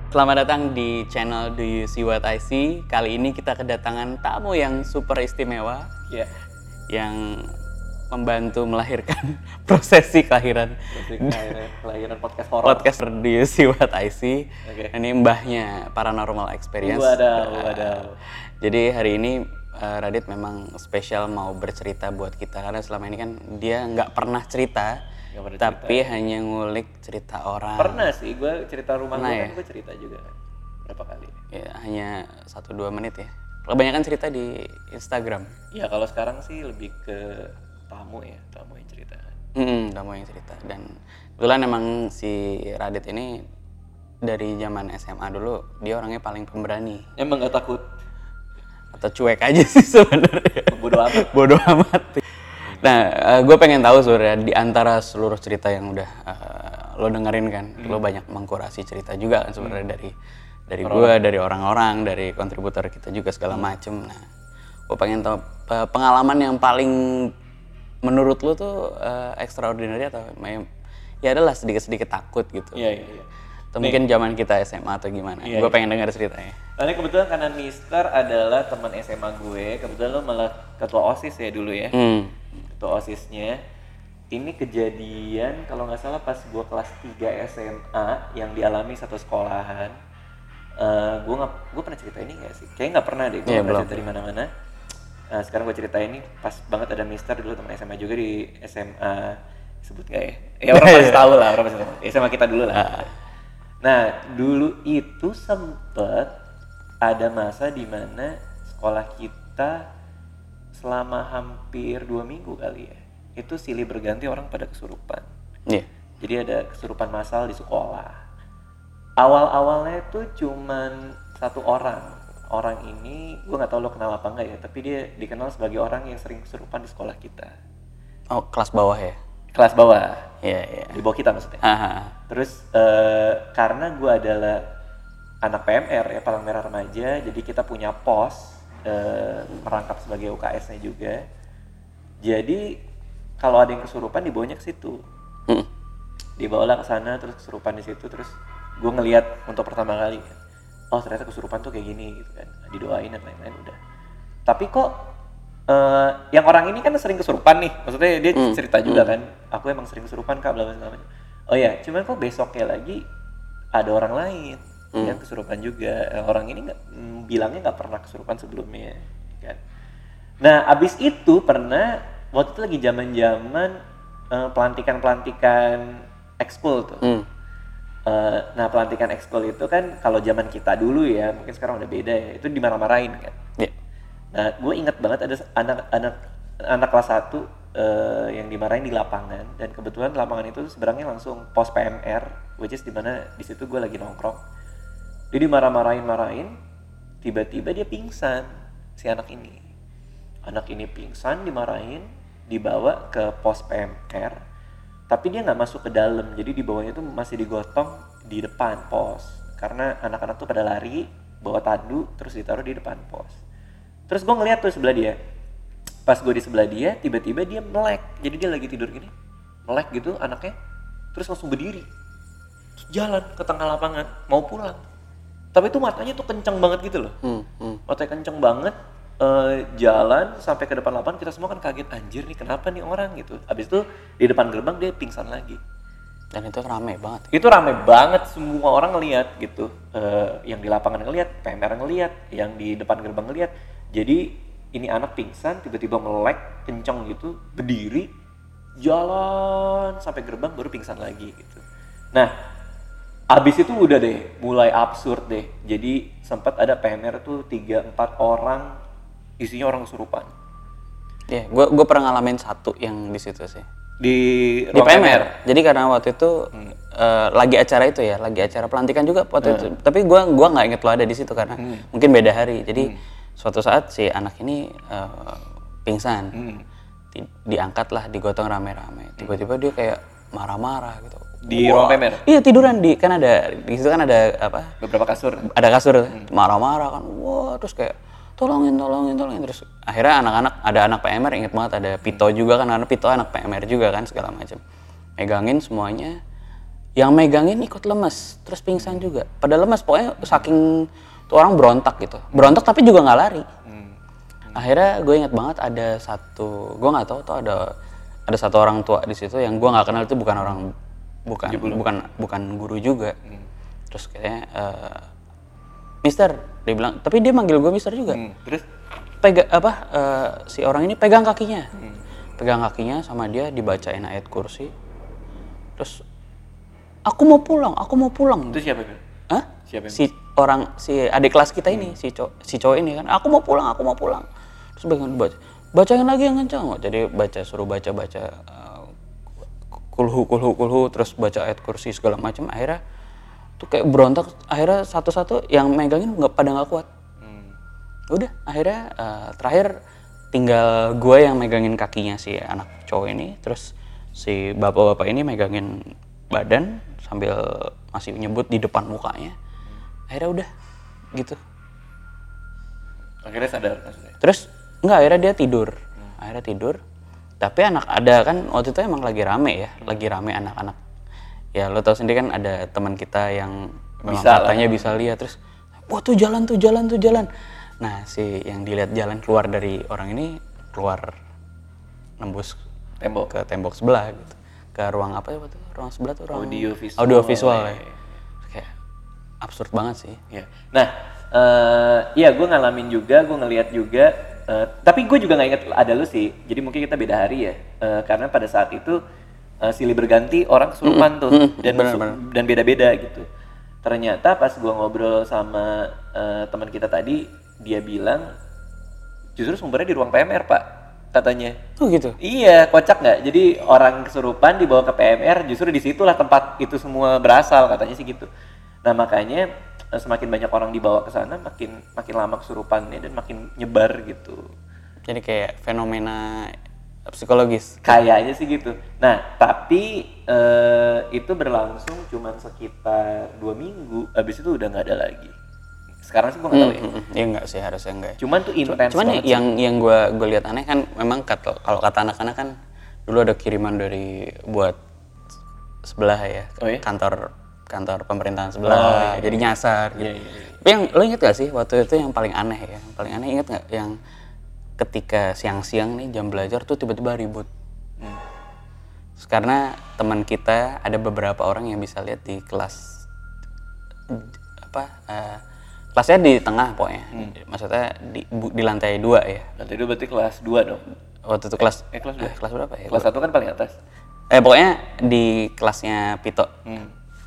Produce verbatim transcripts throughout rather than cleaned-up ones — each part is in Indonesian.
Selamat datang di channel Do You See What I See. Kali ini kita kedatangan tamu yang super istimewa, ya, yang membantu melahirkan prosesi kelahiran kelahiran, kelahiran podcast horor. Podcast Do You See What I See. Oke. Ini mbahnya Paranormal Experience. Wadaw, Uh, wadaw. Jadi hari ini uh, Radit memang spesial mau bercerita buat kita karena selama ini kan dia nggak pernah cerita. Nggak pernah Tapi cerita. hanya ngulik cerita orang. Pernah sih, gue cerita rumah Pernah gue ya? kan gue cerita juga kan. Berapa kali? Ya, hanya satu dua menit ya. Kebanyakan cerita di Instagram. Ya kalau sekarang sih lebih ke tamu ya, tamu yang cerita. Hmm, tamu yang cerita. Dan kebetulan emang si Radit ini dari zaman S M A dulu dia orangnya paling pemberani. Emang gak takut? Atau cuek aja sih sebenarnya. Bodoh amat. Bodoh amat. Nah, uh, gue pengen tahu sebenarnya di antara seluruh cerita yang udah uh, lo dengerin kan, hmm. lo banyak mengkurasi cerita juga kan sebenarnya hmm. dari dari gue, dari orang-orang, dari kontributor kita juga segala hmm. macem. Nah, gue pengen tahu uh, pengalaman yang paling menurut lo tuh uh, extraordinary atau ya adalah sedikit-sedikit takut gitu. Iya, iya, iya. Atau mungkin zaman kita S M A atau gimana. Iya, gue iya. pengen dengar ceritanya. Karena kebetulan karena Mister adalah teman S M A gue, kebetulan lo malah ketua OSIS ya dulu ya. Hmm. Ketua OSISnya. Ini kejadian kalau nggak salah pas gue kelas tiga S M A yang dialami satu sekolahan. Uh, gue nggak, gue pernah cerita ini nggak sih? Kayaknya nggak pernah deh. Gue yeah, pernah cerita di mana-mana. Uh, sekarang gue cerita ini pas banget ada Mister dulu teman S M A juga di S M A, sebut nggak ya? Ya orang pasti tahu lah, orang pasti tahu. S M A kita dulu lah. Nah dulu itu sempet ada masa di mana sekolah kita selama hampir dua minggu kali ya, itu silih berganti orang pada kesurupan. Iya. Yeah. Jadi ada kesurupan massal di sekolah. Awal-awalnya tuh cuman satu orang. Orang ini, gue nggak tahu lo kenal apa enggak ya, tapi dia dikenal sebagai orang yang sering kesurupan di sekolah kita. Oh, kelas bawah ya? Kelas bawah. Iya, yeah, iya. Yeah. Di bawah kita maksudnya. Aha. Terus uh, karena gue adalah anak P M R ya, Palang Merah Remaja, jadi kita punya pos. Uh, merangkap sebagai U K S-nya juga. Jadi kalau ada yang kesurupan dibawanya ke situ. Hmm. Dibawalah ke sana terus kesurupan di situ, terus gue ngelihat untuk pertama kali kan. Oh, ternyata kesurupan tuh kayak gini gitu kan. Didoain dan lain-lain udah. Tapi kok uh, yang orang ini kan sering kesurupan nih. Maksudnya dia hmm. cerita juga hmm. kan, aku emang sering kesurupan Kak, bla bla bla. Oh ya, cuman kok besoknya lagi ada orang lain Hmm. yang kesurupan juga. Orang ini nggak mm, bilangnya nggak pernah kesurupan sebelumnya, kan? Nah, abis itu pernah waktu itu lagi zaman-zaman uh, pelantikan-pelantikan ekskul tuh. Hmm. Uh, nah, pelantikan ekskul itu kan kalau zaman kita dulu ya, mungkin sekarang udah beda ya. Itu dimarah-marahin kan. Yeah. Nah, gue ingat banget ada anak-anak anak kelas satu uh, yang dimarahin di lapangan, dan kebetulan lapangan itu sebenarnya langsung pos P M R, which is dimana di situ gue lagi nongkrong. Dia dimarah-marahin-marahin, tiba-tiba dia pingsan, si anak ini. Anak ini pingsan, dimarahin, dibawa ke pos P M R, tapi dia nggak masuk ke dalam, jadi di bawahnya itu masih digotong di depan pos. Karena anak-anak tuh pada lari, bawa tandu, terus ditaruh di depan pos. Terus gue ngeliat tuh sebelah dia. Pas gue di sebelah dia, tiba-tiba dia melek. Jadi dia lagi tidur gini, melek gitu anaknya, terus langsung berdiri. Terus jalan ke tengah lapangan, mau pulang. Tapi itu matanya tuh kenceng banget gitu loh. Hmm, hmm. Matanya kenceng banget, uh, jalan sampai ke depan lapangan, kita semua kan kaget, anjir nih kenapa nih orang gitu. Habis itu di depan gerbang dia pingsan lagi. Dan itu rame banget. Itu rame banget, semua orang ngelihat gitu. Uh, yang di lapangan ngelihat, P M R ngelihat, yang di depan gerbang ngelihat. Jadi ini anak pingsan, tiba-tiba melek, kenceng gitu, berdiri, jalan sampai gerbang baru pingsan lagi gitu. Nah, abis itu udah deh, mulai absurd deh. Jadi sempat ada P M R tuh tiga empat orang, isinya orang kesurupan. Iya, yeah, gue gue pernah ngalamin satu yang di situ sih. Di di P M R. Jadi karena waktu itu hmm. uh, lagi acara itu ya, lagi acara pelantikan juga waktu hmm. itu. Tapi gue gua nggak inget lo ada di situ karena hmm. mungkin beda hari. Jadi hmm. suatu saat si anak ini uh, pingsan, hmm. di, diangkat lah, digotong rame-rame. Tiba-tiba dia kayak marah-marah gitu. Di ruang P M R? Iya, tiduran di, kan ada, di situ kan ada apa? Beberapa kasur. Ada kasur, hmm. marah-marah kan, wah terus kayak tolongin, tolongin, tolongin. Terus akhirnya anak-anak, ada anak P M R, inget banget ada Pito juga kan, karena Pito anak P M R juga kan segala macam. Megangin semuanya, yang megangin ikut lemes, terus pingsan juga. Pada lemes, pokoknya saking tuh orang berontak gitu. Berontak tapi juga nggak lari. Hmm. Akhirnya gue inget banget ada satu, gue nggak tahu tuh ada ada satu orang tua di situ yang gue nggak kenal, itu bukan orang bukan Jepul. bukan bukan guru juga. Hmm. Terus kayaknya uh, Mister, dia bilang, tapi dia manggil gue Mister juga. Hmm. Terus pegang apa uh, si orang ini pegang kakinya. Hmm. Pegang kakinya sama dia dibacain ayat kursi. Terus aku mau pulang, aku mau pulang. Itu siapa? Hah? Siapa? Si orang si adik kelas kita ini, hmm. si cowok si cowok ini kan, aku mau pulang, aku mau pulang. Terus bagian baca, bacain lagi yang kencang. Jadi baca suruh baca baca uh, kulhu kulhu kulhu, terus baca ayat kursi segala macam. Akhirnya tuh kayak berontak. Akhirnya satu-satu yang megangin nggak pada nggak kuat. Hmm. Udah, akhirnya uh, terakhir tinggal gue yang megangin kakinya si anak cowok ini, terus si bapak-bapak ini megangin badan sambil masih nyebut di depan mukanya. Akhirnya udah gitu. Akhirnya sadar maksudnya? Terus enggak, akhirnya dia tidur. Hmm. Akhirnya tidur. Tapi anak ada kan waktu itu emang lagi rame ya, hmm. lagi rame anak-anak. Ya lo tau sendiri kan ada teman kita yang memang bisa katanya lah. Bisa lihat, terus wah tuh jalan tuh jalan tuh jalan. Nah si yang dilihat jalan keluar dari orang ini keluar nembus tembok ke tembok sebelah gitu. Ke ruang apa ya waktu ruang sebelah tuh ruang audio visual. Audio visual ya. Kayak absurd banget sih. Ya. Nah, uh, iya gue ngalamin juga, gue ngelihat juga. Uh, tapi gue juga nggak inget ada lu sih. Jadi mungkin kita beda hari ya. Uh, karena pada saat itu uh, silih berganti orang kesurupan mm-hmm. tuh mm-hmm. dan bener, bener. dan beda-beda gitu. Ternyata pas gue ngobrol sama uh, teman kita tadi, dia bilang justru sumbernya di ruang P M R pak. Katanya. Oh gitu? Iya, kocak nggak? Jadi orang kesurupan dibawa ke P M R, justru disitulah tempat itu semua berasal, katanya sih gitu. Nah makanya semakin banyak orang dibawa ke sana, makin makin lama kesurupannya dan makin nyebar gitu. Jadi kayak fenomena psikologis? Kayaknya sih gitu. Nah tapi eh, itu berlangsung cuma sekitar dua minggu, habis itu udah nggak ada lagi. Sekarang sih gue nggak tahu ya. Hmm, ya enggak sih, harusnya enggak. Cuman tuh intens. Cuman yang sih. yang gue gue lihat aneh kan, memang kata, kalau kata anak-anak kan dulu ada kiriman dari buat sebelah ya, oh, iya? kantor kantor pemerintahan sebelah, oh, iya. jadi nyasar. Gitu. Iya, iya, iya. Tapi yang lo inget gak sih waktu itu yang paling aneh ya, yang paling aneh inget nggak yang ketika siang-siang nih jam belajar tuh tiba-tiba ribut. Hmm. Karena teman kita ada beberapa orang yang bisa lihat di kelas apa? Uh, kelasnya di tengah pokoknya, hmm. maksudnya di, bu, di lantai dua ya. Lantai dua berarti kelas dua dong? Waktu itu kelas, eh, eh kelas, eh, kelas berapa ya? Kelas satu kan paling atas. Eh pokoknya di kelasnya Pito. Hmm.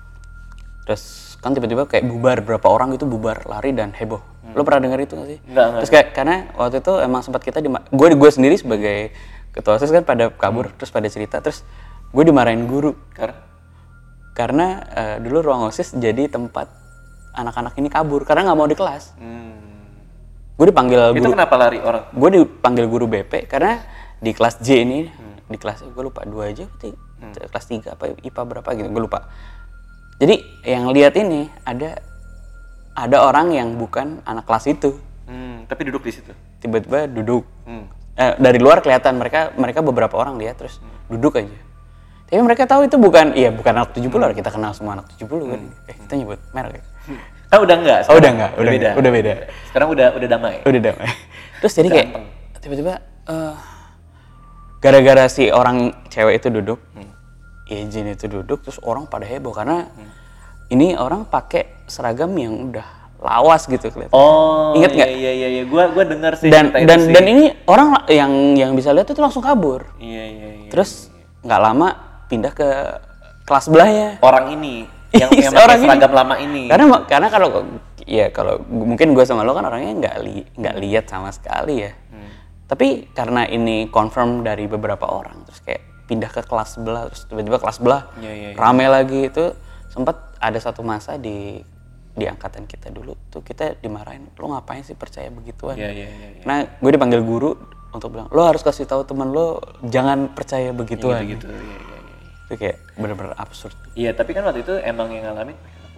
Terus kan tiba-tiba kayak bubar, berapa orang gitu bubar, lari dan heboh. Hmm. Lo pernah dengar itu gak sih? Enggak, enggak. Terus kayak, karena waktu itu emang sempat kita, gue gue sendiri sebagai ketua OSIS kan pada kabur, hmm. terus pada cerita, terus gue dimarahin guru. Karena? Karena uh, dulu ruang OSIS jadi tempat anak-anak ini kabur karena nggak mau di kelas. Hmm. Gue dipanggil itu guru. Itu kenapa lari orang? Gue dipanggil guru B P karena di kelas J ini, hmm. di kelas gue lupa dua aja, berarti hmm. kelas tiga apa I P A berapa gitu, gue lupa. Jadi yang lihat ini ada ada orang yang bukan anak kelas itu. Hmm, tapi duduk di situ. Tiba-tiba duduk. Hmm. Eh, dari luar kelihatan mereka mereka beberapa orang lihat terus hmm. duduk aja. Tapi mereka tahu itu bukan, iya bukan anak tujuh puluh, hmm. kita kenal semua anak tujuh puluh kan. Hmm. Eh, kita nyebut merek ya. Ah udah enggak? Oh udah enggak, udah, udah beda. Udah beda. Sekarang udah udah damai. Udah damai. Terus jadi kayak tiba-tiba uh, gara-gara si orang cewek itu duduk, hmm. ya Jin itu duduk, terus orang pada heboh karena hmm. ini orang pakai seragam yang udah lawas gitu kelihatan. Oh, ingat nggak? Iya iya iya, gua gua dengar sih. Dan dan dan ini orang yang yang bisa lihat itu langsung kabur. Iya iya iya. Terus nggak lama pindah ke kelas sebelahnya. Orang ini yang yang pakai seragam lama ini. Karena karena kalau ya kalau mungkin gue sama lo kan orangnya nggak li, nggak lihat sama sekali ya. Hmm. Tapi karena ini confirm dari beberapa orang, terus kayak pindah ke kelas sebelah, terus tiba-tiba kelas sebelah ya, ya, ya. rame lagi. Itu sempat ada satu masa di di angkatan kita dulu tuh kita dimarahin, lo ngapain sih percaya begituan? Ya, ya, ya, ya. Nah gue dipanggil guru untuk bilang, lo harus kasih tahu teman lo jangan percaya begituan. Ya, gitu, ya, ya, ya. Itu kayak benar-benar absurd. Iya, tapi kan waktu itu emang yang ngalamin,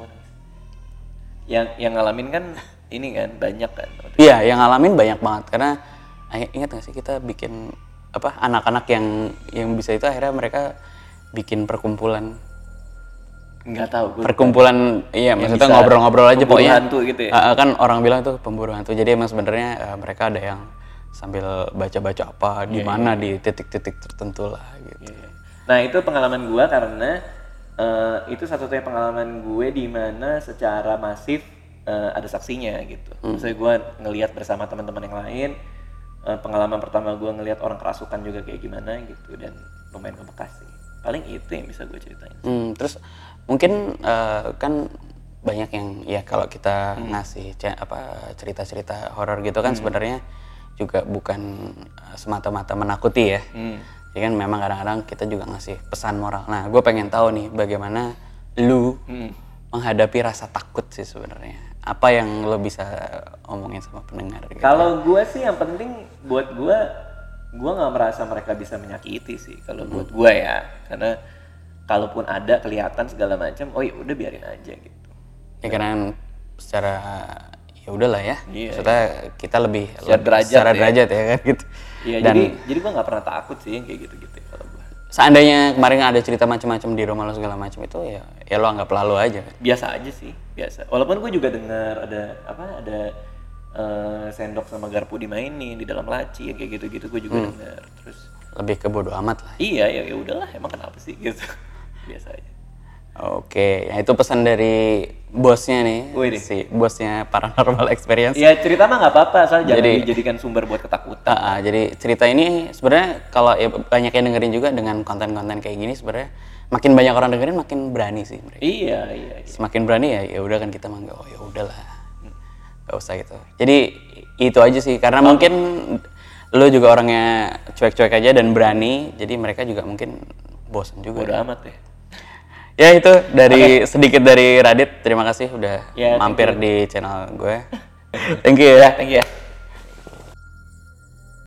yang yang ngalamin kan ini kan banyak kan. Iya, yang ngalamin banyak banget karena ingat nggak sih kita bikin apa anak-anak yang yang bisa itu akhirnya mereka bikin perkumpulan Nggak tahu. Gua perkumpulan, iya maksudnya bisa ngobrol-ngobrol aja pemburu pokoknya. hantu gitu ya? Uh, kan orang bilang tuh pemburu hantu. Jadi emang sebenarnya uh, mereka ada yang sambil baca-baca apa di mana di titik-titik tertentu lah gitu. Yeah. Nah itu pengalaman gue karena uh, itu satu-satunya pengalaman gue di mana secara masif uh, ada saksinya gitu. Hmm. Maksudnya gue ngelihat bersama teman-teman yang lain. Uh, pengalaman pertama gue ngelihat orang kerasukan juga kayak gimana gitu dan lumayan ngebekas sih. Paling itu yang bisa gue ceritain. Hmm, terus mungkin uh, kan banyak yang ya kalau kita hmm. ngasih c- apa cerita-cerita horor gitu kan hmm. sebenarnya juga bukan uh, semata-mata menakuti ya. Hmm. Jadi kan memang kadang-kadang kita juga ngasih pesan moral. Nah, gue pengen tahu nih bagaimana lu hmm. menghadapi rasa takut sih sebenarnya. Apa yang lo bisa omongin sama pendengar? Gitu? Kalau gue sih yang penting buat gue, gue nggak merasa mereka bisa menyakiti sih. Kalau hmm. buat gue ya, karena kalaupun ada kelihatan segala macam, oh ya udah biarin aja gitu. Ya karena secara ya udahlah ya. Iya, Maksudnya iya. kita lebih secara derajat, secara ya. derajat ya kan gitu. Iya, Dan jadi jadi gue nggak pernah takut sih yang kayak gitu-gitu ya, kalau gue. Seandainya kemarin ada cerita macam-macam di rumah lo segala macam itu ya ya lo anggap lalu aja kan. Biasa aja sih, biasa. Walaupun gue juga dengar ada apa ada uh, sendok sama garpu dimainin di dalam laci yang kayak gitu-gitu gue juga hmm. dengar. Terus lebih ke bodo amat lah. Iya, ya ya udahlah, emang kenapa sih gitu. Biasa aja. Oke, ya itu pesan dari bosnya nih, Wih, si bosnya Paranormal Experience. Iya cerita mah nggak apa-apa, asal jangan jadi, dijadikan sumber buat ketakutan. Uh, uh, jadi cerita ini sebenarnya kalau ya banyak yang dengerin juga dengan konten-konten kayak gini sebenarnya makin banyak orang dengerin makin berani sih mereka. Iya iya. iya. Semakin berani ya ya udah kan kita mangga oh ya udahlah, nggak usah gitu. Jadi itu aja sih karena oh. mungkin lo juga orangnya cuek-cuek aja dan berani, jadi mereka juga mungkin bosan juga. Bodo amat ya. Ya itu dari okay. sedikit dari Radit, terima kasih udah yeah, mampir di channel gue. Thank you ya. Thank you ya.